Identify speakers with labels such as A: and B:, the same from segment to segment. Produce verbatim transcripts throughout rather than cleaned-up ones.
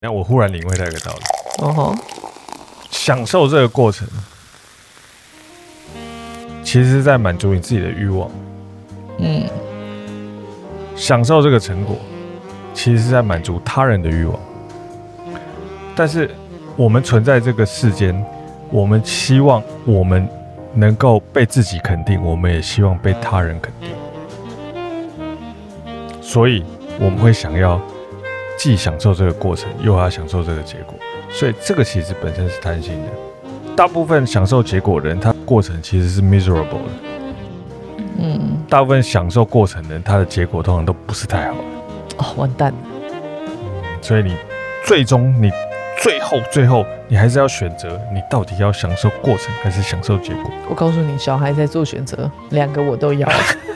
A: 那我忽然领会到一个道理，
B: 哦吼，
A: 享受这个过程，其实是在满足你自己的欲望。
B: 嗯，
A: 享受这个成果，其实是在满足他人的欲望。但是我们存在这个世间，我们希望我们能够被自己肯定，我们也希望被他人肯定。所以我们会想要既享受这个过程，又要享受这个结果。所以这个其实本身是贪心的。大部分享受结果的人，他过程其实是 miserable 的。
B: 嗯，
A: 大部分享受过程的人，他的结果通常都不是太好的。
B: 哦，完蛋了。
A: 所以你最终，你最后最后，你还是要选择，你到底要享受过程还是享受结果？
B: 我告诉你，小孩在做选择，两个我都要。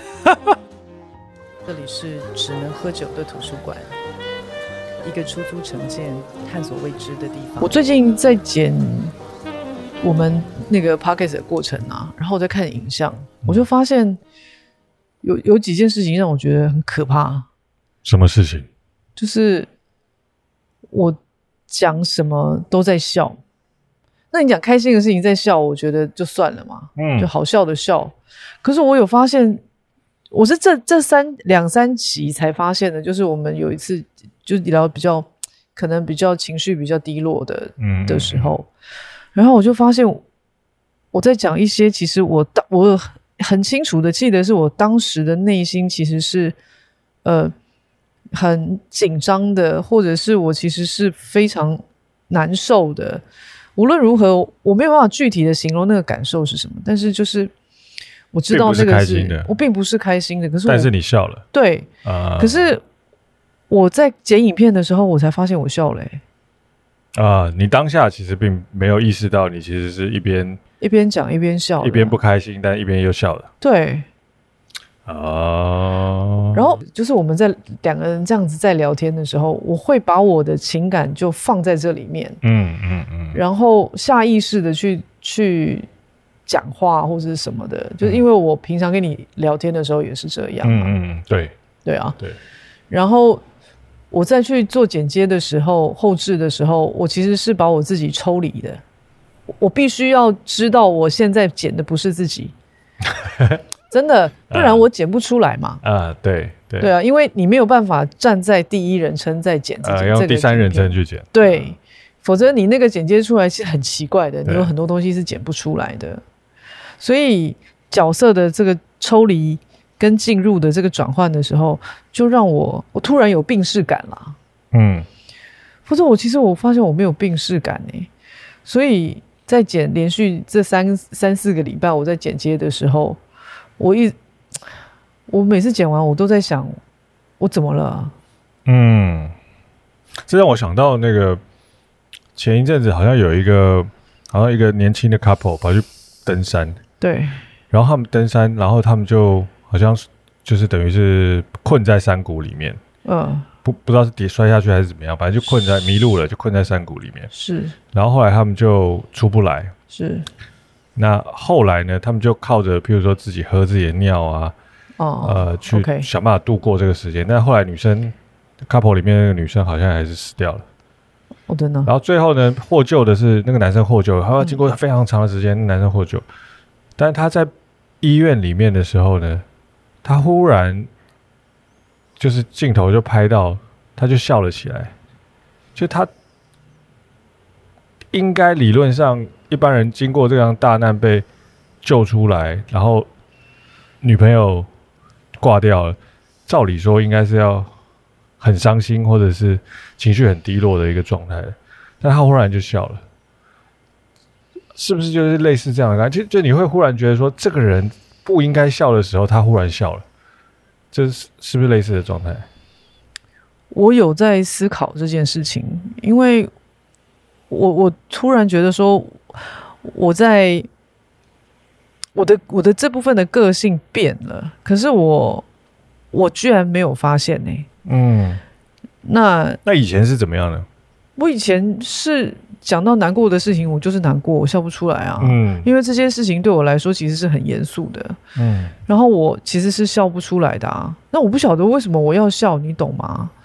B: 这里是只能喝酒的图书馆，一个出租成见、探索未知的地方。我最近在剪我们那个 podcast 的过程啊，然后我在看影像，我就发现有有几件事情让我觉得很可怕。
A: 什么事情？
B: 就是我讲什么都在笑。那你讲开心的事情在笑，我觉得就算了嘛，嗯，就好笑的笑。可是我有发现，我是这这三两三集才发现的，就是我们有一次就聊比较可能比较情绪比较低落的、嗯、的时候，然后我就发现我在讲一些，其实我我很清楚的记得是我当时的内心其实是呃很紧张的，或者是我其实是非常难受的。无论如何，我没有办法具体的形容那个感受是什么，但是就是我知道那个 是, 是我并不是开心的，可是我
A: 但是你笑了，
B: 对、呃、可是我在剪影片的时候，我才发现我笑了、欸。
A: 啊、呃，你当下其实并没有意识到，你其实是一边
B: 一边讲一边笑，
A: 一边不开心，但一边又笑了。
B: 对，
A: 哦。
B: 然后就是我们在两个人这样子在聊天的时候，我会把我的情感就放在这里面，嗯嗯嗯，然后下意识的去去讲话或者是什么的，就是因为我平常跟你聊天的时候也是这样嘛，
A: 嗯嗯，对
B: 对啊，
A: 对。
B: 然后我再去做剪接的时候，后制的时候，我其实是把我自己抽离的，我必须要知道我现在剪的不是自己。真的，不然我剪不出来嘛。啊、
A: 呃，对对
B: 对啊，因为你没有办法站在第一人称在剪自己、呃，
A: 用第三人称去剪，
B: 对、嗯，否则你那个剪接出来是很奇怪的，你有很多东西是剪不出来的。所以角色的这个抽离跟进入的这个转换的时候，就让我我突然有病识感啦。嗯，或者我其实我发现我没有病识感欸，所以在剪连续这三三四个礼拜我在剪接的时候。我一，我每次剪完，我都在想，我怎么了、啊？嗯，
A: 这让我想到那个前一阵子好像有一个，好像一个年轻的 couple 跑去登山，
B: 对，
A: 然后他们登山，然后他们就好像就是等于是困在山谷里面，嗯，不不知道是跌摔下去还是怎么样，反正就困在迷路了，就困在山谷里面。
B: 是，
A: 然后后来他们就出不来，
B: 是。
A: 那后来呢？他们就靠着，譬如说自己喝自己的尿啊，哦、呃，去想办法度过这个时间。但后来女生 couple 里面那个女生好像还是死掉了。
B: 哦，真的。
A: 然后最后呢，获救的是那个男生获救，他要经过非常长的时间，嗯、男生获救。但是他在医院里面的时候呢，他忽然就是镜头就拍到，他就笑了起来。就他应该理论上。一般人经过这样大难被救出来，然后女朋友挂掉了，照理说应该是要很伤心或者是情绪很低落的一个状态，但他忽然就笑了，是不是就是类似这样的感觉？就就你会忽然觉得说，这个人不应该笑的时候，他忽然笑了，这是是不是类似的状态？
B: 我有在思考这件事情，因为我我突然觉得说。我在我的我的这部分的个性变了，可是我我居然没有发现呢、欸。嗯，那
A: 那以前是怎么样呢？
B: 我以前是讲到难过的事情，我就是难过，我笑不出来啊。嗯，因为这些事情对我来说其实是很严肃的。嗯，然后我其实是笑不出来的啊。那我不晓得为什么我要笑，你懂吗？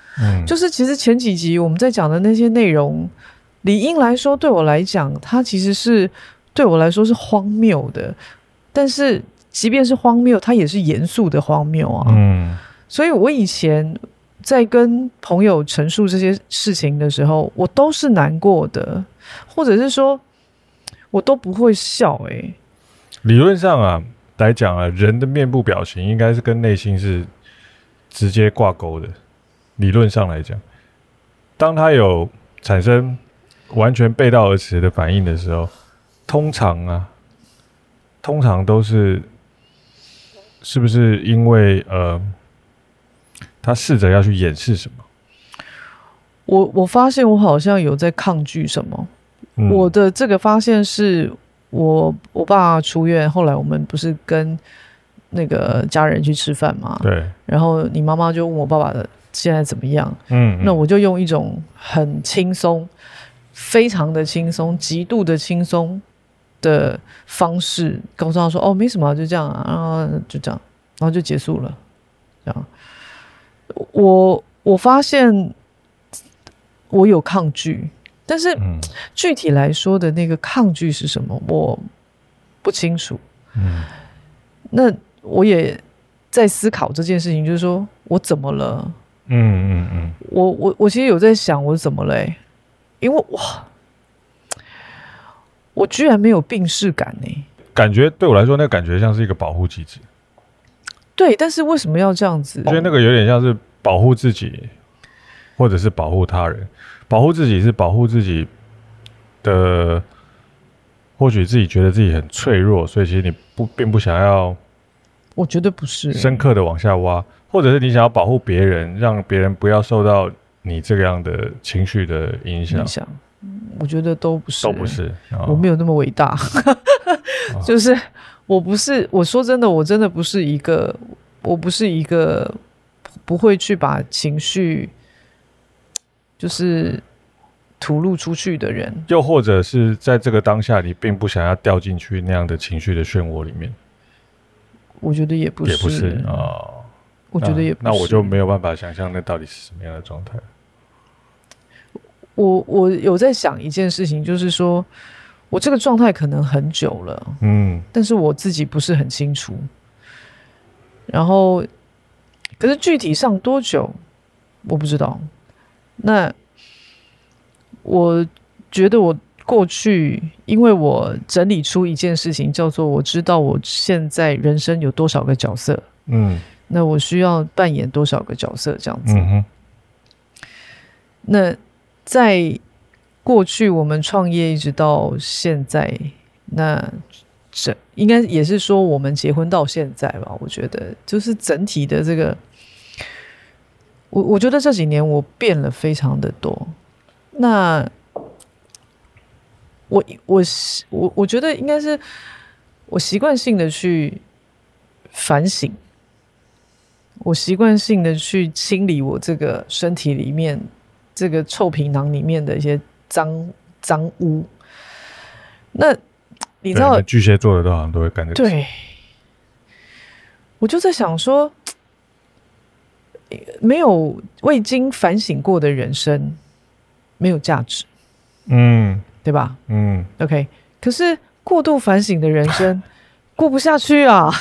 B: 嗯，就是其实前几集我们在讲的那些内容，理应来说对我来讲，它其实是对我来说是荒谬的，但是即便是荒谬，它也是严肃的荒谬啊。嗯，所以我以前在跟朋友陈述这些事情的时候，我都是难过的，或者是说我都不会笑。欸，哎，
A: 理论上啊来讲啊，人的面部表情应该是跟内心是直接挂钩的。理论上来讲，当他有产生完全背道而驰的反应的时候，通常啊，通常都是是不是因为呃，他试着要去掩饰什么？
B: 我我发现我好像有在抗拒什么。嗯，我的这个发现是我我爸出院，后来我们不是跟那个家人去吃饭嘛？
A: 对。
B: 然后你妈妈就问我爸爸的现在怎么样？嗯，嗯，那我就用一种很轻松、非常的轻松、极度的轻松的方式告诉他说：“哦，没什么，就这样啊，然后就这样，然后就结束了。”这样，我我发现我有抗拒，但是具体来说的那个抗拒是什么，我不清楚。嗯，那我也在思考这件事情，就是说我怎么了？嗯嗯嗯，我我我其实有在想我怎么了。欸，因为哇，我居然没有病识感呢。欸，
A: 感觉对我来说，那个感觉像是一个保护机制。
B: 对，但是为什么要这样子？
A: 我觉得那个有点像是保护自己，或者是保护他人。保护自己是保护自己的，或许自己觉得自己很脆弱，所以其实你不并不想要。
B: 我觉得不是
A: 深刻的往下挖，或者是你想要保护别人，让别人不要受到你这样的情绪的影响。影响，
B: 我觉得都不是，
A: 都不是。哦，
B: 我没有那么伟大，就是我不是。我说真的，我真的不是一个，我不是一个不会去把情绪就是吐露出去的人。
A: 又或者是在这个当下，你并不想要掉进去那样的情绪的漩涡里面。
B: 我觉得也不是，
A: 也不是啊。哦，
B: 我觉得也不是。
A: 那，那我就没有办法想象那到底是什么样的状态。
B: 我我有在想一件事情，就是说我这个状态可能很久了，嗯，但是我自己不是很清楚。然后，可是具体上多久，我不知道。那我觉得我过去，因为我整理出一件事情，叫做我知道我现在人生有多少个角色，嗯，那我需要扮演多少个角色，这样子。嗯哼。那在过去我们创业一直到现在，那这应该也是说我们结婚到现在吧？我觉得就是整体的这个，我我觉得这几年我变了非常的多。那我我我我觉得应该是我习惯性的去反省，我习惯性的去清理我这个身体里面这个臭皮囊里面的一些脏脏污。那你知道
A: 巨蟹座的都好像都会干这个。
B: 对，我就在想说，没有未经反省过的人生没有价值。嗯。对吧？嗯 ，OK。可是过度反省的人生过不下去啊！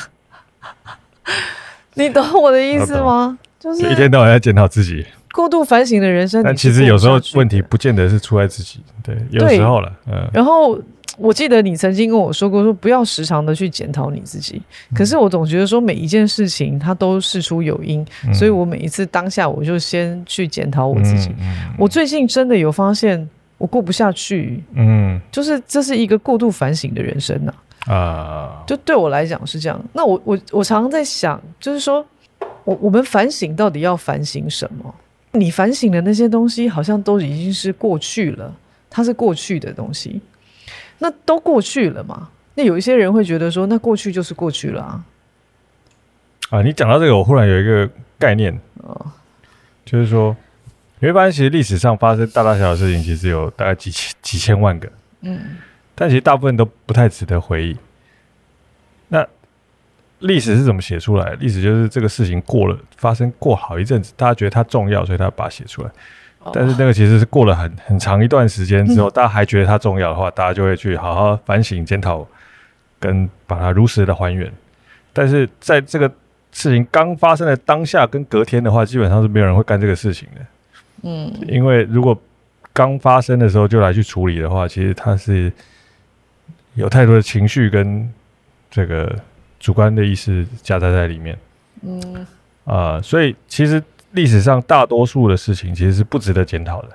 B: 你懂我的意思吗？就是
A: 一天到晚在检讨自己。
B: 过度反省的人生，
A: 但其实有时候问题不见得是出在自己，对，有时候了。嗯。
B: 然后我记得你曾经跟我说过，说不要时常的去检讨你自己。可是我总觉得说每一件事情它都事出有因，嗯，所以我每一次当下我就先去检讨我自己。嗯嗯。我最近真的有发现。我过不下去，嗯，就是这是一个过度反省的人生呐，啊，啊，就对我来讲是这样。那我我我常常在想，就是说，我我们反省到底要反省什么？你反省的那些东西，好像都已经是过去了，它是过去的东西，那都过去了嘛？那有一些人会觉得说，那过去就是过去了啊。
A: 啊，你讲到这个，我忽然有一个概念，哦，就是说。你会发现，其实历史上发生大大小小的事情，其实有大概几千几千万个，嗯，但其实大部分都不太值得回忆。那历史是怎么写出来的？历史就是这个事情过了发生过好一阵子，大家觉得它重要，所以他把它写出来。但是那个其实是过了很很长一段时间之后，嗯、大家还觉得它重要的话，大家就会去好好反省检讨，跟把它如实的还原。但是在这个事情刚发生的当下跟隔天的话，基本上是没有人会干这个事情的。嗯，因为如果刚发生的时候就来去处理的话，其实它是有太多的情绪跟这个主观的意识夹杂在里面。嗯，啊、呃，所以其实。历史上大多数的事情其实是不值得检讨的。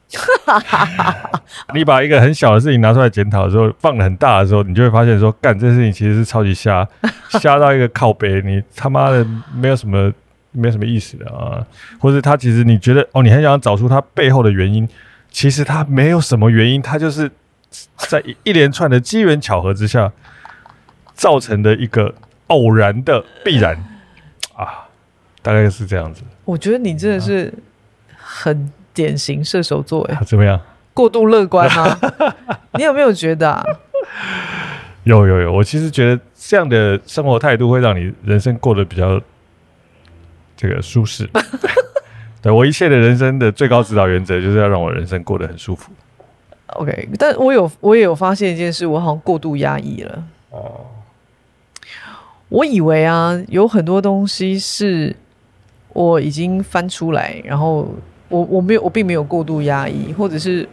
A: 你把一个很小的事情拿出来检讨的时候，放得很大的时候，你就会发现说，干这事情其实是超级瞎，瞎到一个靠北，你他妈的没有什么没有什么意思的啊。或者他其实你觉得哦，你很想找出他背后的原因，其实他没有什么原因，他就是在一连串的机缘巧合之下造成的一个偶然的必然啊。大概是这样子。
B: 我觉得你真的是很典型射手座哎、欸，
A: 怎么样？
B: 过度乐观吗？你有没有觉得啊？
A: 有有有，我其实觉得这样的生活态度会让你人生过得比较这个舒适。对，我一切的人生的最高指导原则就是要让我人生过得很舒服。
B: OK， 但我有我也有发现一件事，我好像过度压抑了。哦，我以为啊，有很多东西是。我已经翻出来，然后我我没有我并没有过度压抑，或者是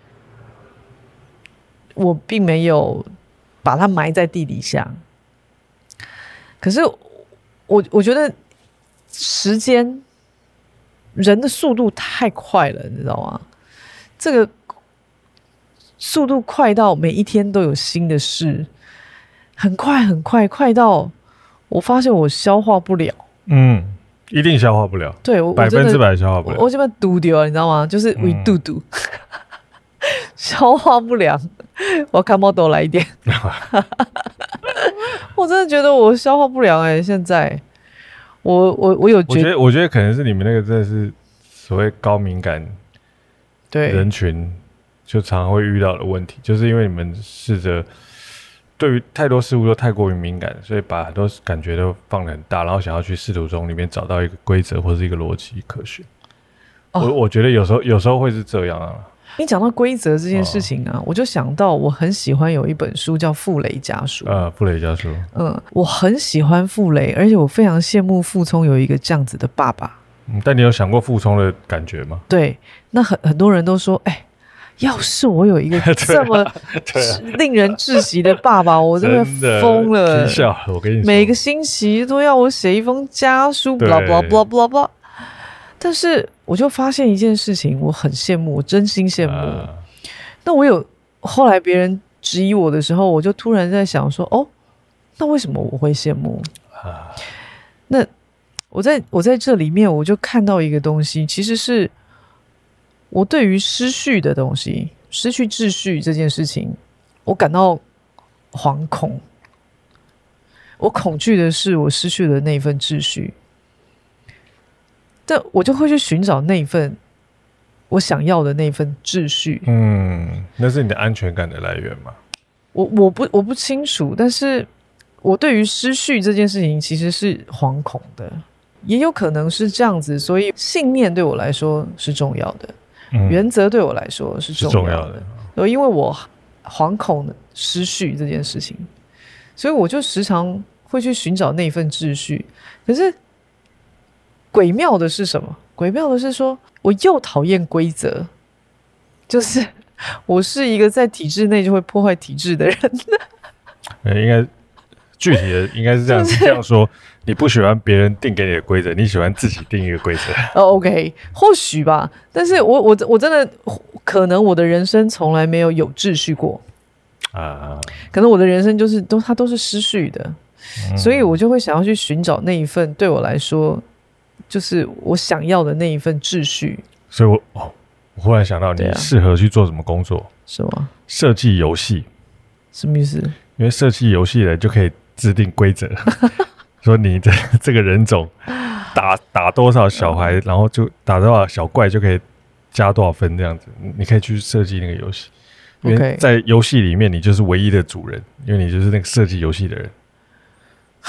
B: 我并没有把它埋在地底下。可是我我觉得时间人的速度太快了，你知道吗？这个速度快到每一天都有新的事，很快很快，快到我发现我消化不了。嗯。
A: 一定消化不了，
B: 对，我
A: 百分之百消化不了。
B: 我, 我这边嘟丢了，你知道吗？就是微嘟嘟，消化不良。我看猫豆来一点，我真的觉得我消化不良哎、欸！现在，我我我有觉得，
A: 我觉得我觉得可能是你们那个真的是所谓高敏感
B: 对
A: 人群，就常常会遇到的问题，就是因为你们试着。对于太多事物都太过于敏感，所以把很多感觉都放得很大，然后想要去试图从里面找到一个规则或是一个逻辑可循。哦、我我觉得有时候有时候会是这样啊。
B: 你讲到规则这件事情啊，哦、我就想到我很喜欢有一本书叫《傅雷家书》。
A: 呃，傅雷家书。
B: 嗯，我很喜欢傅雷，而且我非常羡慕傅聪有一个这样子的爸爸。
A: 嗯，但你有想过傅聪的感觉吗？
B: 对，那很很多人都说，哎、欸。要是我有一个这么令人窒息的爸爸，我真的疯了！
A: 我跟你说，
B: 每个星期都要我写一封家书，blah blah blah blah blah。但是我就发现一件事情，我很羡慕，我真心羡慕。啊、那我有后来别人质疑我的时候，我就突然在想说，哦，那为什么我会羡慕？啊、那我在我在这里面，我就看到一个东西，其实是。我对于失序的东西，失去秩序这件事情，我感到惶恐。我恐惧的是我失去了那一份秩序，但我就会去寻找那一份我想要的那一份秩序。
A: 嗯，那是你的安全感的来源吗？
B: 我我不我不清楚，但是我对于失序这件事情其实是惶恐的，也有可能是这样子，所以信念对我来说是重要的。嗯、原则对我来说是重要的，要的因为我惶恐失序这件事情，所以我就时常会去寻找那一份秩序。可是诡妙的是什么？诡妙的是说，我又讨厌规则，就是我是一个在体制内就会破坏体制的人。
A: 应该具体的应该是这样、就是、这样说。你不喜欢别人定给你的规则，你喜欢自己定一个规则。
B: 哦 ，OK， 或许吧。但是我我我真的可能我的人生从来没有有秩序过啊，可能我的人生就是都它都是失序的、嗯，所以我就会想要去寻找那一份对我来说就是我想要的那一份秩序。
A: 所以我哦，我忽然想到，你适合去做什么工作？
B: 什么？
A: 设计游戏。
B: 什么意思？
A: 因为设计游戏的就可以制定规则。说你的这个人种打打多少小孩，然后就打多少小怪就可以加多少分这样子，你可以去设计那个游戏。因为在游戏里面你就是唯一的主人，因为你就是那个设计游戏的人。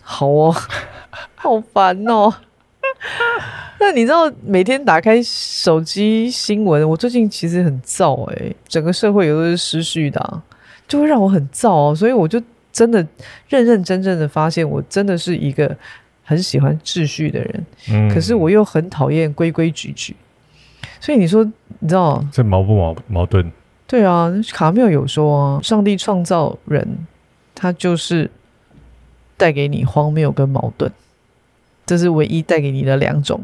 B: 好哦，好烦哦。那你知道每天打开手机新闻，我最近其实很燥哎、欸，整个社会有都是失序的、啊，就会让我很燥哦。所以我就真的认认真真的发现，我真的是一个很喜欢秩序的人，嗯、可是我又很讨厌规规矩矩。所以你说，你知道
A: 这矛不矛矛盾？
B: 对啊，卡缪有说啊，上帝创造人，他就是带给你荒谬跟矛盾，这是唯一带给你的两种。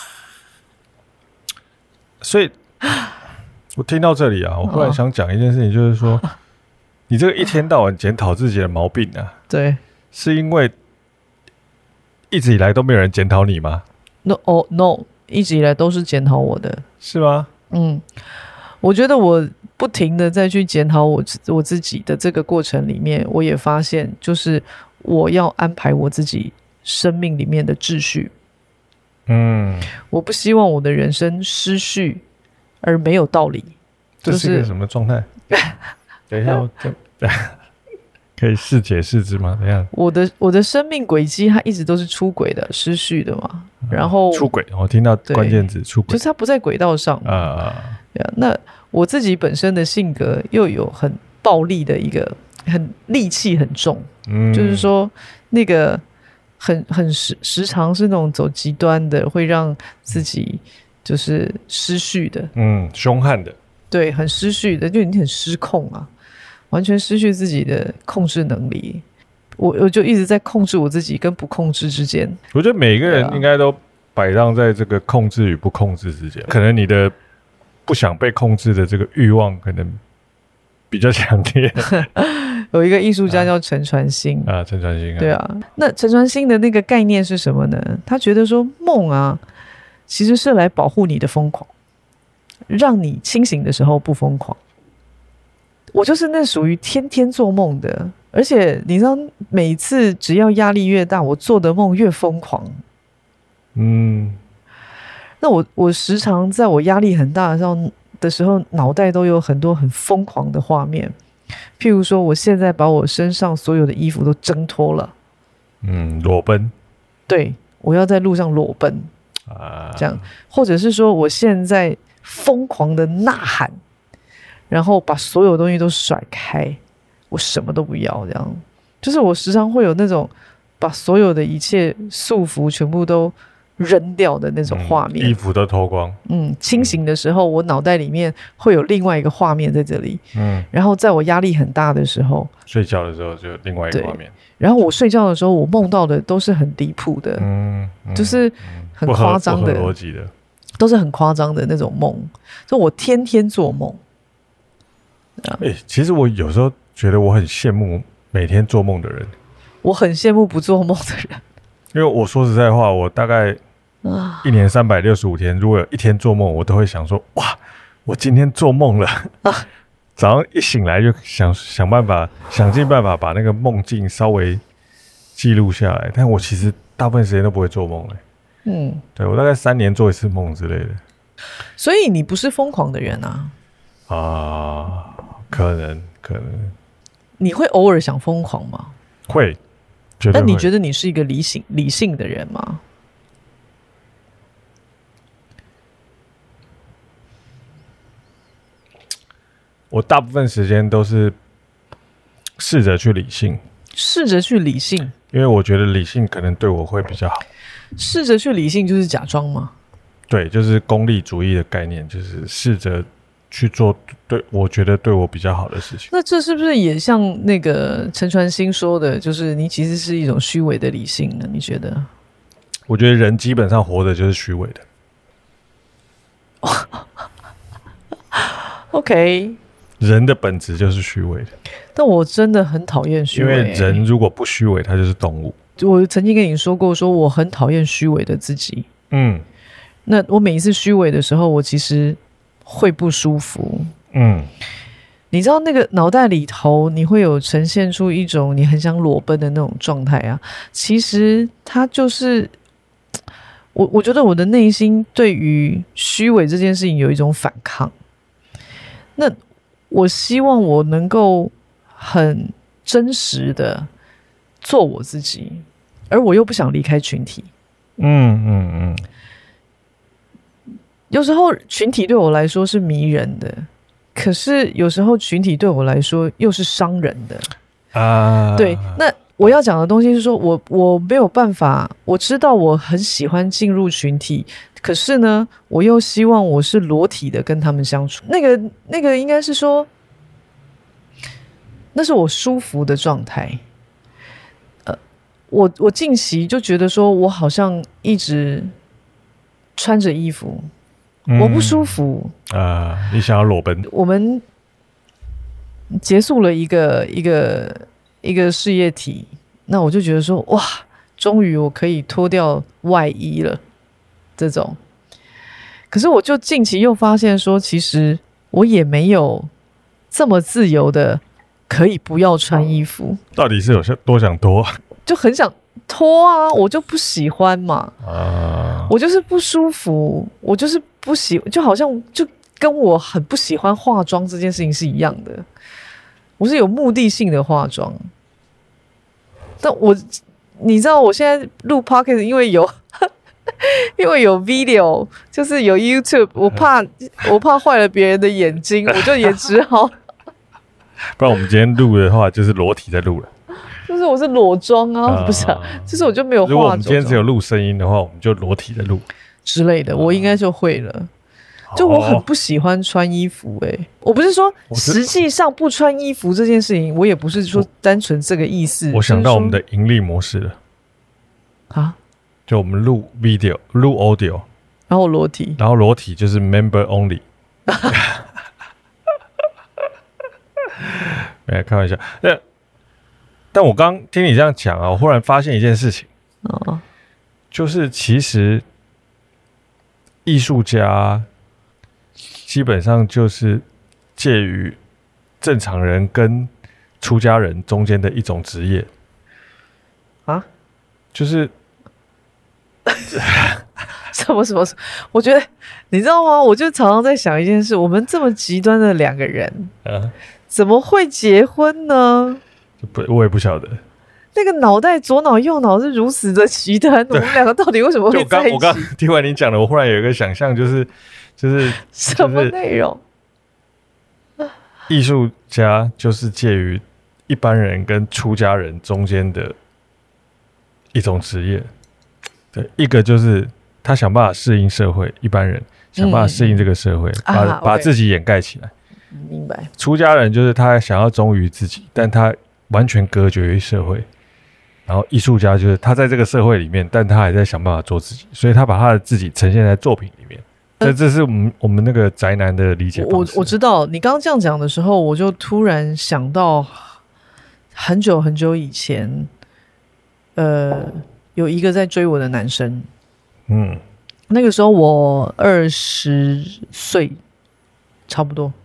A: 所以，我听到这里啊，我忽然想讲一件事情，就是说，哦、你这个一天到晚检讨自己的毛病啊，
B: 对，
A: 是因为一直以来都没有人检讨你吗
B: ？No， 哦 ，No， 一直以来都是检讨我的，
A: 是吗？
B: 嗯，我觉得我不停的再去检讨我我自己的这个过程里面，我也发现，就是我要安排我自己生命里面的秩序。嗯，我不希望我的人生失序而没有道理。
A: 这是一个什么状态？等一下，我可以试解释之吗？等一下，
B: 我的我的生命轨迹，它一直都是出轨的、失序的嘛。然后、
A: 嗯、出轨，我听到关键字出轨，
B: 就是它不在轨道上啊。那我自己本身的性格又有很暴力的一个，很戾气很重，嗯，就是说那个。很很时时常是那种走极端的，会让自己就是失序的，
A: 嗯，凶悍的，
B: 对，很失序的，就你很失控啊，完全失去自己的控制能力。我我就一直在控制我自己跟不控制之间。
A: 我觉得每一个人应该都摆荡在这个控制与不控制之间，可能你的不想被控制的这个欲望可能比较强烈。
B: 有一个艺术家叫陈传兴
A: 啊，陈传兴啊，
B: 对啊，那陈传兴的那个概念是什么呢？他觉得说梦啊，其实是来保护你的疯狂，让你清醒的时候不疯狂。我就是那属于天天做梦的，而且你知道，每次只要压力越大，我做的梦越疯狂。嗯，那我我时常在我压力很大的时候的时候，脑袋都有很多很疯狂的画面。譬如说，我现在把我身上所有的衣服都挣脱了，
A: 嗯，裸奔，
B: 对，我要在路上裸奔啊，这样，或者是说，我现在疯狂的呐喊，然后把所有东西都甩开，我什么都不要，这样，就是我时常会有那种把所有的一切束缚全部都扔掉的那种画面、
A: 嗯、衣服都脱光。
B: 嗯，清醒的时候、嗯、我脑袋里面会有另外一个画面在这里。嗯，然后在我压力很大的时候，
A: 睡觉的时候就另外一个画面。
B: 然后我睡觉的时候，我梦到的都是很离谱的，嗯，嗯就是很夸张的，
A: 不合逻辑的，
B: 都是很夸张的那种梦。就我天天做梦。
A: 哎、欸，其实我有时候觉得我很羡慕每天做梦的人。
B: 我很羡慕不做梦的人。
A: 因为我说实在话，我大概一年三百六十五天，如果有一天做梦，我都会想说：哇，我今天做梦了！啊、早上一醒来就想想办法，想尽办法把那个梦境稍微记录下来。但我其实大部分时间都不会做梦、欸、嗯，对我大概三年做一次梦之类的。
B: 所以你不是疯狂的人啊？
A: 啊，可能可能。
B: 你会偶尔想疯狂吗？
A: 会。
B: 但你觉得你是一个理性理性的人吗？
A: 我大部分时间都是试着去理性，
B: 试着去理性，
A: 因为我觉得理性可能对我会比较好。
B: 试着去理性就是假装吗？
A: 对，就是功利主义的概念，就是试着去做对我觉得对我比较好的事情。
B: 那这是不是也像那个陈传兴说的，就是你其实是一种虚伪的理性呢？你觉得？
A: 我觉得人基本上活的就是虚伪的。
B: OK，
A: 人的本质就是虚伪的。
B: 但我真的很讨厌虚伪、欸，
A: 因为人如果不虚伪，他就是动物。
B: 我曾经跟你说过，说我很讨厌虚伪的自己。嗯，那我每一次虚伪的时候，我其实会不舒服。嗯，你知道那个脑袋里头，你会有呈现出一种你很想裸奔的那种状态啊。其实它就是我，我觉得我的内心对于虚伪这件事情有一种反抗。那我希望我能够很真实的做我自己， 而我又不想离开群体。
A: 嗯嗯嗯。
B: 有时候群体对我来说是迷人的，可是有时候群体对我来说又是伤人的啊。对，那我要讲的东西是说，我我没有办法，我知道我很喜欢进入群体，可是呢，我又希望我是裸体的跟他们相处。那个那个应该是说，那是我舒服的状态。呃，我我近期就觉得说我好像一直穿着衣服。我不舒服
A: 啊、呃！你想要裸奔？
B: 我们结束了一个一个一个事业体，那我就觉得说，哇，终于我可以脱掉外衣了。这种，可是我就近期又发现说，其实我也没有这么自由的可以不要穿衣服。
A: 到底是有多想脱？
B: 就很想脱啊，我就不喜欢嘛。啊，我就是不舒服，我就是。不喜就好像就跟我很不喜欢化妆这件事情是一样的，我是有目的性的化妆，但我你知道我现在录 podcast 因为有因为有 video 就是有 YouTube， 我怕我怕坏了别人的眼睛，我就也只好
A: 不然我们今天录的话就是裸体在录了，
B: 就是我是裸妆啊，不是啊，就是我就没有化妆。
A: 如果我们今天只有录声音的话，我们就裸体在录
B: 之类的，我应该就会了。就我很不喜欢穿衣服、欸，哎，我不是说实际上不穿衣服这件事情，我也不是说单纯这个意思。
A: 我想到我们的盈利模式了啊，就我们录 video、录 audio，
B: 然后裸体，
A: 然后裸体就是 member only。没开玩笑，但但我刚听你这样讲啊，我忽然发现一件事情，哦，就是其实。艺术家基本上就是介于正常人跟出家人中间的一种职业啊，就是
B: 什么什么？我觉得你知道吗？我就常常在想一件事：我们这么极端的两个人，啊，怎么会结婚呢？
A: 不，我也不晓得。
B: 那个脑袋左脑右脑是如此的极端，我们两个到底为什么会在一起？
A: 我刚听完你讲的，我忽然有一个想象，就是就是
B: 什么内容？
A: 艺术家就是介于一般人跟出家人中间的一种职业。对，一个就是他想办法适应社会，一般人想办法适应这个社会，嗯、把、啊、把自己掩盖起来。
B: 明白。
A: 出家人就是他想要忠于自己，但他完全隔绝于社会。然后艺术家就是他在这个社会里面，但他还在想办法做自己，所以他把他的自己呈现在作品里面。这、呃、这是我们我们那个宅男的理解方式。
B: 我我知道你刚刚这样讲的时候，我就突然想到很久很久以前，呃，有一个在追我的男生，嗯，那个时候我二十岁，差不多。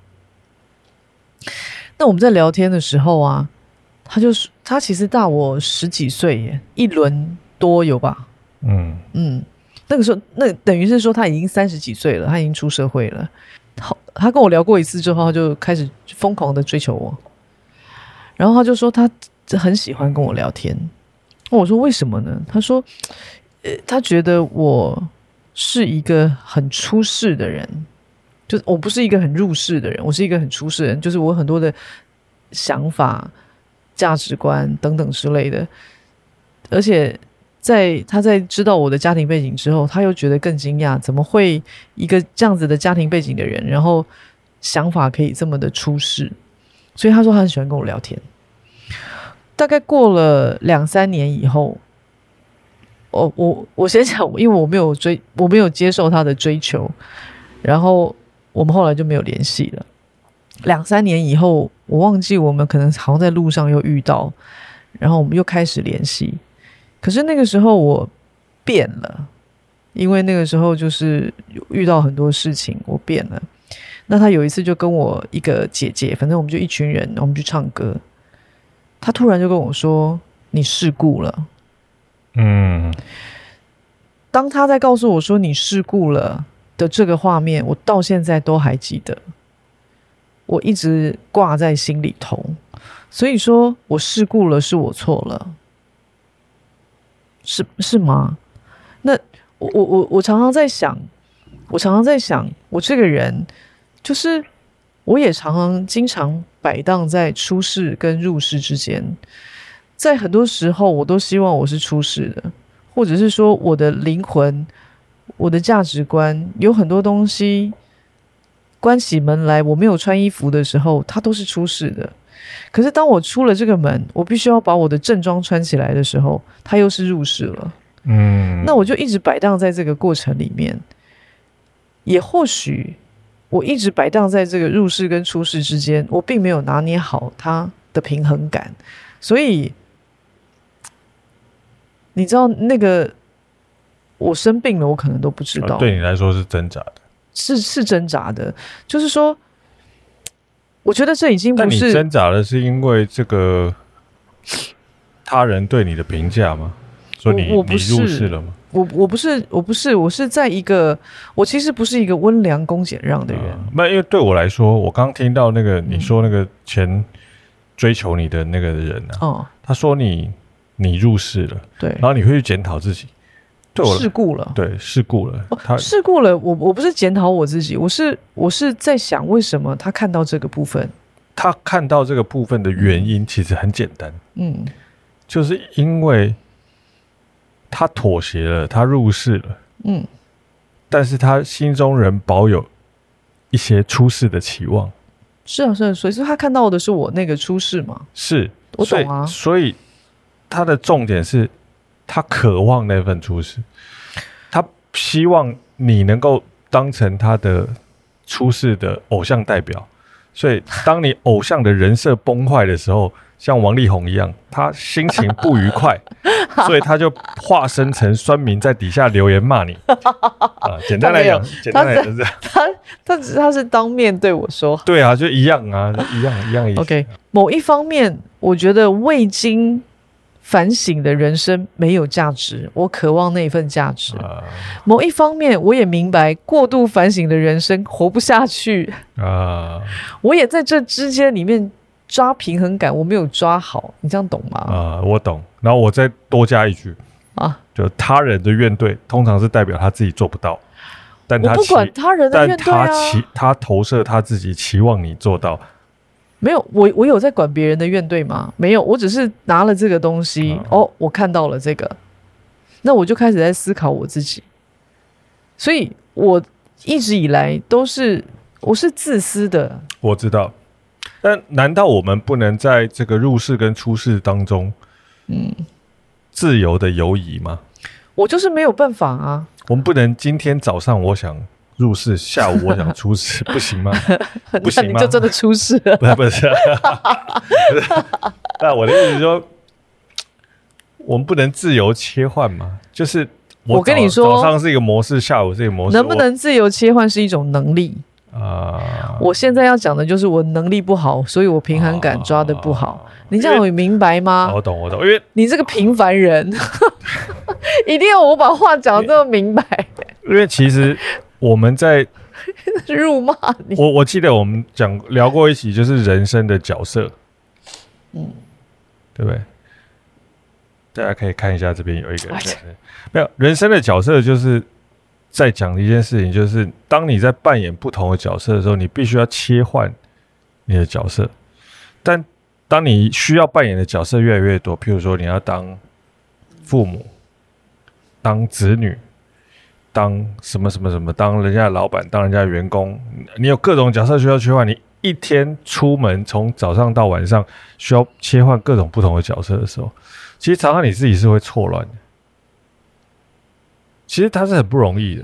B: 那我们在聊天的时候啊。他就是他其实大我十几岁耶，一轮多有吧？嗯嗯，那个时候那等于是说他已经三十几岁了，他已经出社会了。好，他跟我聊过一次之后，他就开始疯狂的追求我。然后他就说他很喜欢跟我聊天。我说为什么呢？他说，呃，他觉得我是一个很出世的人，就是我不是一个很入世的人，我是一个很出世的人，就是我很多的想法。价值观等等之类的，而且在他在知道我的家庭背景之后，他又觉得更惊讶，怎么会一个这样子的家庭背景的人，然后想法可以这么的出世？所以他说他很喜欢跟我聊天。大概过了两三年以后，我我我先讲，因为我没有追，我没有接受他的追求，然后我们后来就没有联系了。两三年以后，我忘记我们可能好像在路上又遇到，然后我们又开始联系。可是那个时候我变了，因为那个时候就是遇到很多事情，我变了。那他有一次就跟我一个姐姐，反正我们就一群人，我们去唱歌。他突然就跟我说：“你世故了。”嗯。当他在告诉我说“你世故了”的这个画面，我到现在都还记得。我一直挂在心里头，所以说我世故了，是我错了。 是是吗？那我我我我常常在想，我常常在想，我这个人就是我也常常经常摆荡在出世跟入世之间，在很多时候我都希望我是出世的，或者是说我的灵魂、我的价值观有很多东西关起门来我没有穿衣服的时候，它都是出世的。可是当我出了这个门，我必须要把我的正装穿起来的时候，它又是入世了。嗯，那我就一直摆荡在这个过程里面，也或许我一直摆荡在这个入世跟出世之间，我并没有拿捏好它的平衡感，所以你知道那个我生病了，我可能都不知道。
A: 对你来说是挣扎的，
B: 是是挣扎的，就是说。我觉得这已经不是。
A: 但你挣扎的是因为这个他人对你的评价吗？说你你入世了吗？
B: 我我不是我不是我是在一个我其实不是一个温良恭俭让的人。
A: 那、呃、因为对我来说，我刚听到那个你说那个前追求你的那个人啊，嗯、他说你你入世了，
B: 对，
A: 然后你会去检讨自己。对我
B: 事故了，
A: 对，事故了，
B: 他事故了。我我不是检讨我自己，我是我是在想，为什么他看到这个部分？
A: 他看到这个部分的原因其实很简单，嗯，就是因为他妥协了，他入世了，嗯，但是他心中仍保有一些出世的期望。
B: 是啊，是啊，所以他看到的是我那个出世嘛？
A: 是，
B: 我懂啊。
A: 所以，所以他的重点是。他渴望那份出世，他希望你能够当成他的出世的偶像代表，所以当你偶像的人设崩坏的时候，像王力宏一样，他心情不愉快，所以他就化身成酸民在底下留言骂你。啊、简单来讲，简单来讲是这样。
B: 他他他是当面对我说，
A: 对啊，就一样啊，一样一样意思。
B: OK， 某一方面，我觉得未经反省的人生没有价值，我渴望那一份价值。uh, 某一方面，我也明白过度反省的人生活不下去。uh, 我也在这之间里面抓平衡感，我没有抓好，你这样懂吗？
A: 啊、uh, 我懂。然后我再多加一句啊，就他人的怨怼，通常是代表他自己做不到，但他
B: 我不管他人的怨怼啊，
A: 但他期他投射他自己期望你做到。
B: 没有，我我有在管别人的怨怼吗？没有，我只是拿了这个东西，嗯、哦，我看到了这个，那我就开始在思考我自己。所以我一直以来都是我是自私的。
A: 我知道，但难道我们不能在这个入世跟出世当中，嗯，自由的游移吗？
B: 我就是没有办法啊。
A: 我们不能今天早上我想入世，下午我想出世，不行吗？不行吗？
B: 那你就真的出世了？
A: 不是不是，不是。那我的意思是说，我们不能自由切换嘛？就是我,
B: 我跟你说，
A: 早上是一个模式，下午是一个模式，
B: 能不能自由切换是一种能力啊、呃。我现在要讲的就是我能力不好，所以我平衡感抓得不好。啊、你这样有明白吗？
A: 我懂我懂，因为
B: 你这个平凡人，一定要我把话讲得这么明白。
A: 因为其实。我们在
B: 辱骂你。
A: 我我记得我们讲聊过一起，就是人生的角色，嗯，对不对？大家可以看一下这边有一个人没有人生的角色，就是在讲一件事情，就是当你在扮演不同的角色的时候，你必须要切换你的角色。但当你需要扮演的角色越来越多，譬如说你要当父母、当子女。当什么什么什么，当人家的老板，当人家的员工，你有各种角色需要切换。你一天出门，从早上到晚上，需要切换各种不同的角色的时候，其实常常你自己是会错乱的。其实它是很不容易的。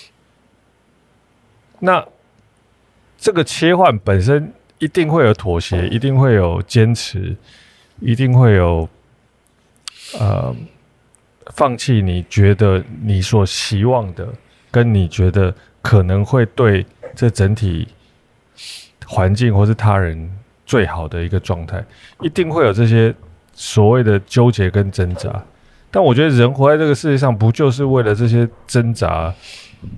A: 那这个切换本身一定会有妥协，一定会有坚持，一定会有呃。放弃你觉得你所希望的，跟你觉得可能会对这整体环境或是他人最好的一个状态，一定会有这些所谓的纠结跟挣扎。但我觉得人活在这个世界上，不就是为了这些挣扎？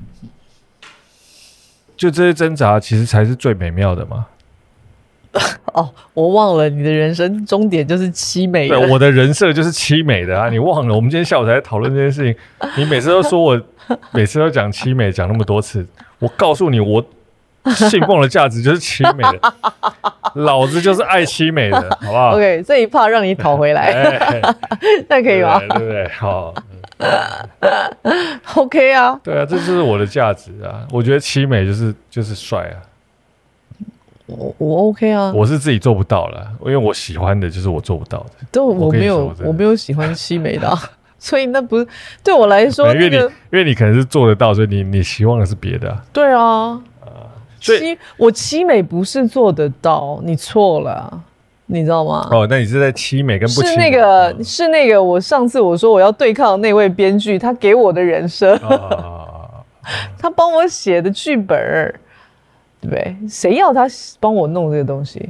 A: 就这些挣扎，其实才是最美妙的嘛。
B: 哦，我忘了你的人生终点就是凄美的。
A: 对，我的人设就是凄美的啊！你忘了，我们今天下午才在讨论这件事情。你每次都说我，每次都讲凄美，讲那么多次。我告诉你，我信奉的价值就是凄美的，老子就是爱凄美的，好不好
B: ？OK， 这一趴让你讨回来，那可以吗？
A: 对不对？好。
B: OK 啊，
A: 对啊，这就是我的价值啊！我觉得凄美就是就是帅啊。
B: 我我 OK 啊，
A: 我是自己做不到了，因为我喜欢的就是我做不到的。
B: 对，我没有，我没有喜欢凄美的、啊，所以那不是对我来说、那個，
A: 因为你因为你可能是做得到，所以你你希望的是别的、啊。
B: 对啊，呃、所以我凄美不是做得到，你错了。你知道吗？
A: 哦，那你是在凄美跟不凄美？
B: 是那个，嗯、是那个。我上次我说我要对抗那位编剧，他给我的人设，啊、他帮我写的剧本，对不对？谁要他帮我弄这个东西？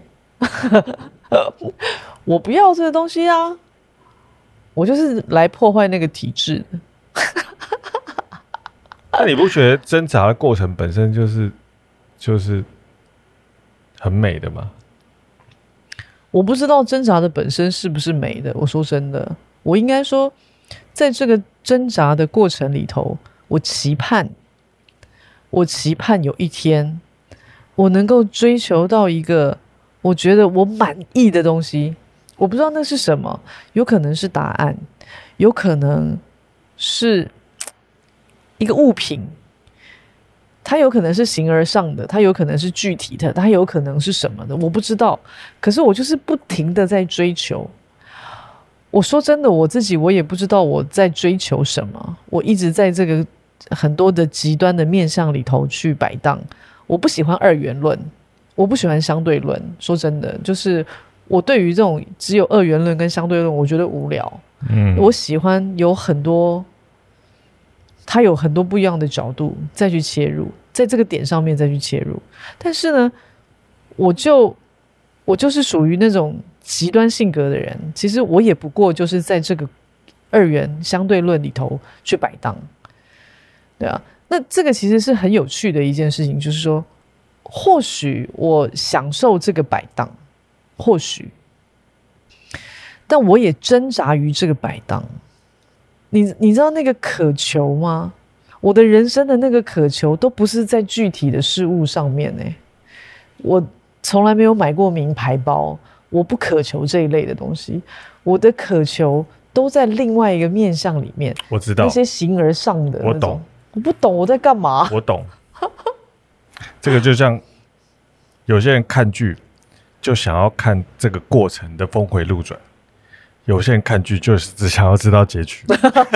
B: 我不要这个东西啊！我就是来破坏那个体制的。
A: 那你不觉得挣扎的过程本身就是就是很美的吗？
B: 我不知道挣扎的本身是不是美的，我说真的，我应该说在这个挣扎的过程里头，我期盼我期盼有一天我能够追求到一个我觉得我满意的东西。我不知道那是什么，有可能是答案，有可能是一个物品，它有可能是形而上的，它有可能是具体的，它有可能是什么的，我不知道。可是我就是不停的在追求。我说真的，我自己我也不知道我在追求什么。我一直在这个很多的极端的面向里头去摆荡。我不喜欢二元论，我不喜欢相对论。说真的，就是我对于这种只有二元论跟相对论，我觉得无聊。嗯，我喜欢有很多。他有很多不一样的角度再去切入，在这个点上面再去切入。但是呢，我就我就是属于那种极端性格的人，其实我也不过就是在这个二元相对论里头去摆荡，对啊。那这个其实是很有趣的一件事情，就是说，或许我享受这个摆荡，或许，但我也挣扎于这个摆荡。你你知道那个渴求吗？我的人生的那个渴求都不是在具体的事物上面呢、欸。我从来没有买过名牌包，我不渴求这一类的东西。我的渴求都在另外一个面向里面。
A: 我知道
B: 那些形而上的那种，
A: 我懂。
B: 我不懂我在干嘛。
A: 我懂。这个就像有些人看剧，就想要看这个过程的峰回路转。有些人看剧就是只想要知道结局，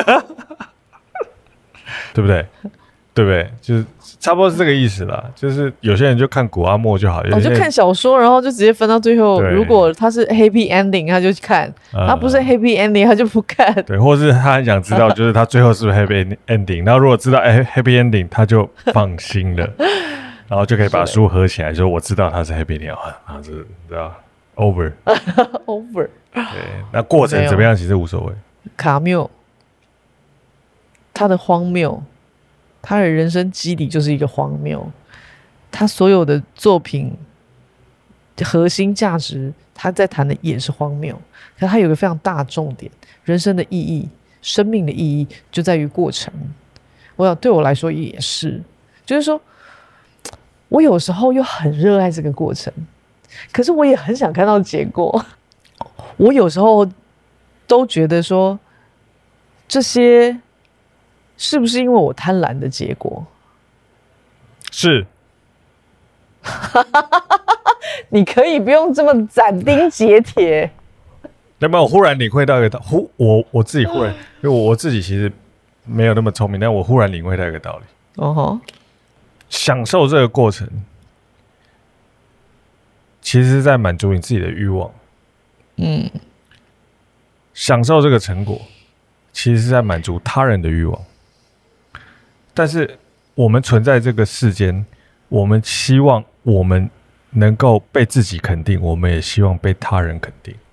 A: 对不对？对不对？就是差不多是这个意思啦。就是有些人就看古阿莫就好，
B: 我、哦、就看小说，然后就直接分到最后。如果他是 happy ending， 他就看；嗯、他不是 happy ending， 他就不看。
A: 对，或是他很想知道，就是他最后是不是 happy ending。然后如果知道哎 happy ending， 他就放心了，然后就可以把书合起来，说我知道他是 happy ending， 然后是知道 over
B: over。
A: 对，那过程怎么样其实无所谓。
B: 卡缪他的荒谬，他的人生基底就是一个荒谬，他所有的作品核心价值他在谈的也是荒谬，可他有个非常大重点，人生的意义，生命的意义就在于过程。我想对我来说也是，就是说我有时候又很热爱这个过程，可是我也很想看到结果。我有时候都觉得说，这些是不是因为我贪婪的结果？
A: 是。
B: 你可以不用这么斩钉截铁。
A: 那么我忽然领会到一个道，忽我我自己忽然，因为我我自己其实没有那么聪明，但我忽然领会到一个道理。哦吼，享受这个过程，其实是在满足你自己的欲望。嗯，享受这个成果，其实是在满足他人的欲望。但是我们存在这个世间，我们希望我们能够被自己肯定，我们也希望被他人肯定。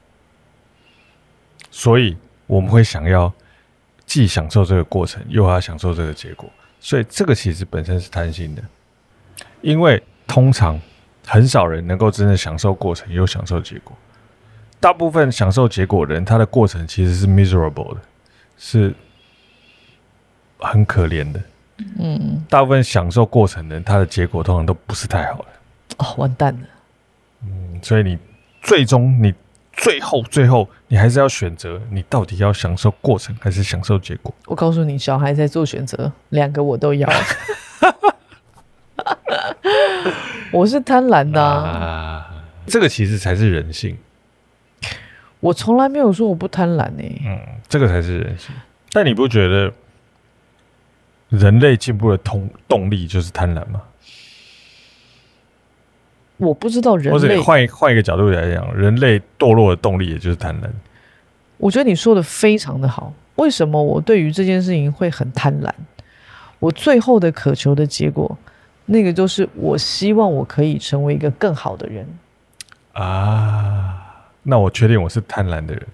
A: 所以我们会想要既享受这个过程，又要享受这个结果。所以这个其实本身是贪心的，因为通常很少人能够真的享受过程又享受结果。大部分享受结果的人，他的过程其实是 miserable 的，是很可怜的。嗯，大部分享受过程的人，他的结果通常都不是太好的。
B: 哦，完蛋了。
A: 嗯，所以你最终你最后最后你还是要选择，你到底要享受过程还是享受结果？
B: 我告诉你，小孩在做选择，两个我都要。我是贪婪的 啊,
A: 啊，这个其实才是人性。
B: 我从来没有说我不贪婪呢、欸。
A: 嗯，这个才是人性。但你不觉得人类进步的动动力就是贪婪吗？
B: 我不知道人类，
A: 或者你换换一个角度来讲，人类堕落的动力也就是贪婪。
B: 我觉得你说的非常的好。为什么我对于这件事情会很贪婪？我最后的渴求的结果，那个就是我希望我可以成为一个更好的人
A: 啊。那我确定我是贪婪的人。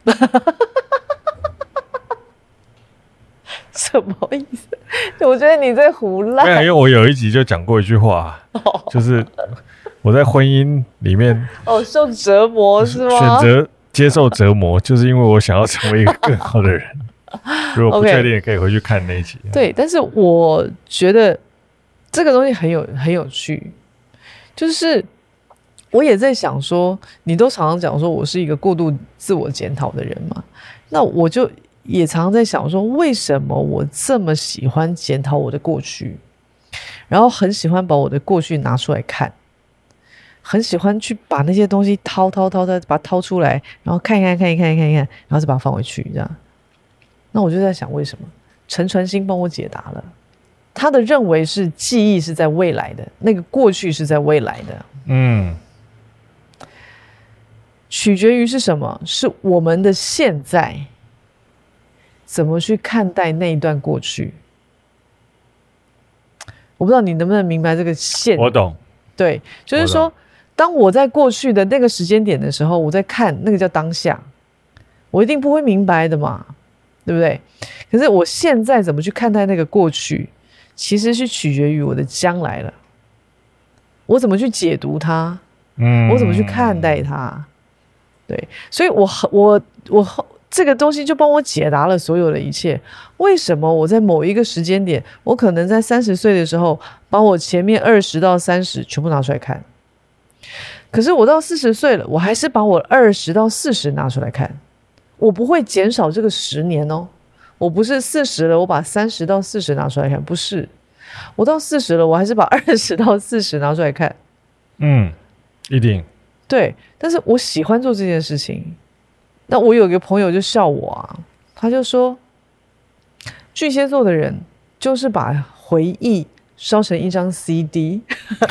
B: 什么意思？我觉得你在胡乱。
A: 因为我有一集就讲过一句话，就是我在婚姻里面
B: 哦，受折磨是吗？
A: 选择接受折磨，就是因为我想要成为一个更好的人。如果不确定，也可以回去看那一集。
B: Okay. 对，但是我觉得这个东西很有很有趣，就是我也在想说，你都常常讲说我是一个过度自我检讨的人嘛，那我就也常常在想说，为什么我这么喜欢检讨我的过去，然后很喜欢把我的过去拿出来看，很喜欢去把那些东西掏掏掏掏，把它掏出来，然后看一看看一看看一看，然后再把它放回去，这样。那我就在想，为什么陈传兴帮我解答了？他的认为是记忆是在未来的，那个过去是在未来的。嗯，取决于是什么？是我们的现在怎么去看待那一段过去。我不知道你能不能明白这个现。
A: 我懂。
B: 对，就是说，当我在过去的那个时间点的时候，我在看那个叫当下，我一定不会明白的嘛。对不对？可是我现在怎么去看待那个过去，其实是取决于我的将来了。我怎么去解读它？嗯，我怎么去看待它？对，所以我我我这个东西就帮我解答了所有的一切。为什么我在某一个时间点，我可能在三十岁的时候，把我前面二十到三十全部拿出来看，可是我到四十岁了，我还是把我二十到四十拿出来看。我不会减少这个十年哦，我不是四十了，我把三十到四十拿出来看，不是，我到四十了，我还是把二十到四十拿出来看。嗯，
A: 一定
B: 对，但是我喜欢做这件事情。那我有一个朋友就笑我啊，他就说，巨蟹座的人就是把回忆烧成一张 C D。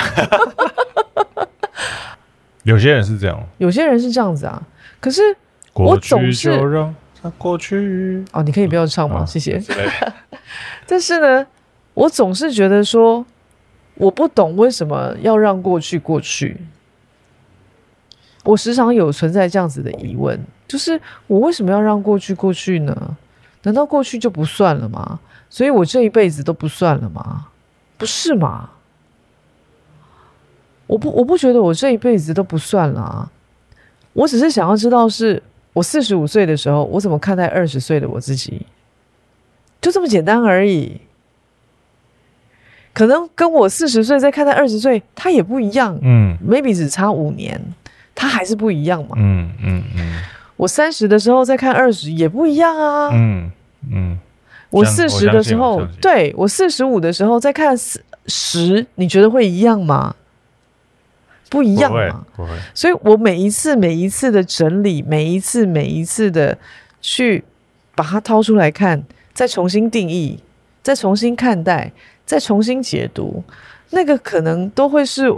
A: 有些人是这样，
B: 有些人是这样子啊，可是。我总是
A: 过去就让它过去
B: 哦，你可以不要唱吗？哦、谢谢。但是呢，我总是觉得说，我不懂为什么要让过去过去。我时常有存在这样子的疑问，就是我为什么要让过去过去呢？难道过去就不算了吗？所以我这一辈子都不算了吗？不是嘛？我不，我不觉得我这一辈子都不算了啊。我只是想要知道是。我四十五岁的时候，我怎么看待二十岁的我自己？就这么简单而已。可能跟我四十岁再看待二十岁，它也不一样。嗯 ，maybe 只差五年，它还是不一样嘛。嗯嗯嗯。我三十的时候再看二十也不一样啊。嗯嗯。我四十的时候，对我四十五的时候再看十，你觉得会一样吗？不一样嘛，
A: 不会，
B: 所以我每一次每一次的整理，每一次每一次的去把它掏出来看，再重新定义，再重新看待，再重新解读，那个可能都会是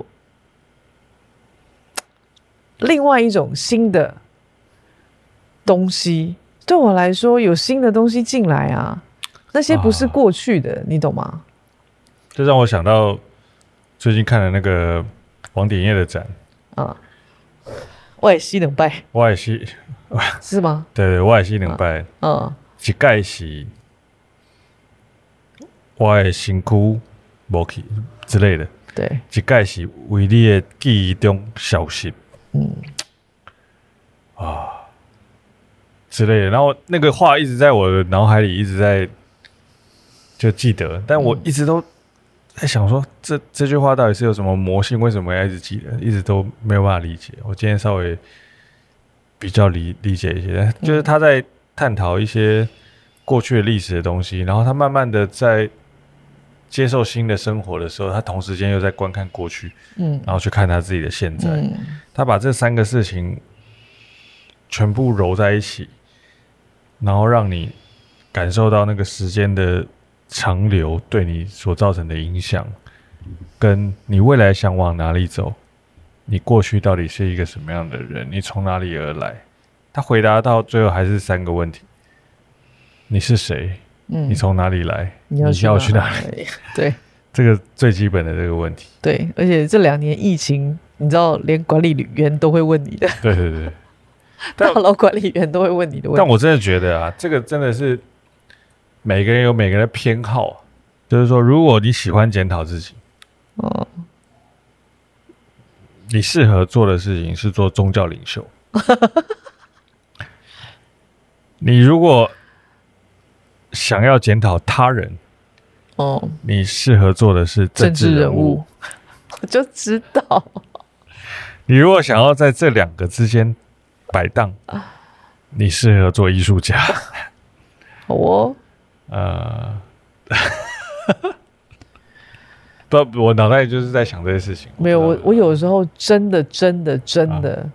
B: 另外一种新的东西。对我来说，有新的东西进来啊，那些不是过去的，啊、你懂吗？
A: 这让我想到最近看的那个。王典业的展
B: 啊，我也是两摆，
A: 我也是，
B: 是吗？
A: 对对，我也是两摆，嗯，一盖是我的身躯没去之类的，
B: 对，
A: 一概是为你的记忆中消失，嗯，啊之类的。然后那个话一直在我的脑海里，一直在就记得，但我一直都在想说，这这句话到底是有什么魔性？为什么要一直记得？一直都没有办法理解。我今天稍微比较理理解一些，就是他在探讨一些过去的历史的东西，然后他慢慢的在接受新的生活的时候，他同时间又在观看过去，嗯，然后去看他自己的现在，嗯，他把这三个事情全部揉在一起，然后让你感受到那个时间的长流对你所造成的影响，跟你未来想往哪里走，你过去到底是一个什么样的人，你从哪里而来。他回答到最后还是三个问题：你是谁？嗯，你从哪里来？你要去 哪, 你要去哪里？
B: 对，
A: 这个最基本的这个问题。
B: 对，而且这两年疫情，你知道，连管理员都会问你的。
A: 对对对，
B: 大楼管理员都会问你的问题。
A: 但我真的觉得啊，这个真的是每个人有每个人的偏好，就是说，如果你喜欢检讨自己，哦，你适合做的事情是做宗教领袖。你如果想要检讨他人，哦，你适合做的是政治人物。
B: 我就知道。
A: 你如果想要在这两个之间摆荡，你适合做艺术家。
B: 好哦。
A: 呃，不，我脑袋就是在想这些事情。
B: 没有，我我有时候真的真的真的，啊，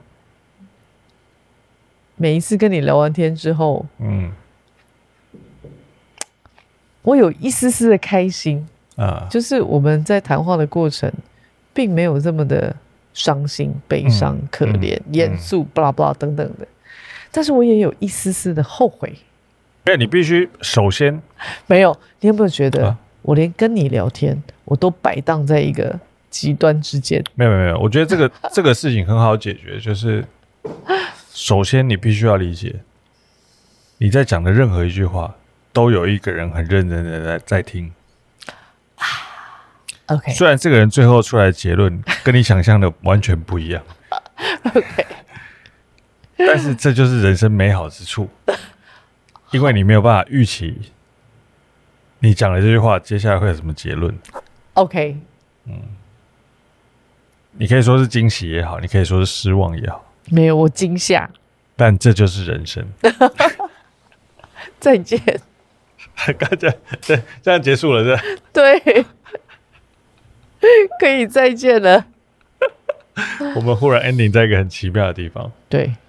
B: 每一次跟你聊完天之后，嗯。我有一丝丝的开心啊，就是我们在谈话的过程，并没有这么的伤心、悲伤、嗯、可怜、嗯、严肃、巴拉巴拉等等的，但是我也有一丝丝的后悔。
A: 因为你必须首先
B: 没有，你有没有觉得，啊、我连跟你聊天，我都摆荡在一个极端之间？
A: 没有没有没有，我觉得这个这个事情很好解决，就是首先你必须要理解，你在讲的任何一句话。都有一个人很认真的 在, 在听。
B: OK，
A: 虽然这个人最后出来的结论跟你想象的完全不一样。
B: OK，
A: 但是这就是人生美好之处，因为你没有办法预期你讲了这句话接下来会有什么结论。
B: OK，
A: 嗯，你可以说是惊喜也好，你可以说是失望也好。
B: 没有，我惊吓。
A: 但这就是人生。
B: 再见。
A: 刚才对，这样结束了是吧？
B: 对，可以再见了。
A: 我们忽然 ending 在一个很奇妙的地方。
B: 对。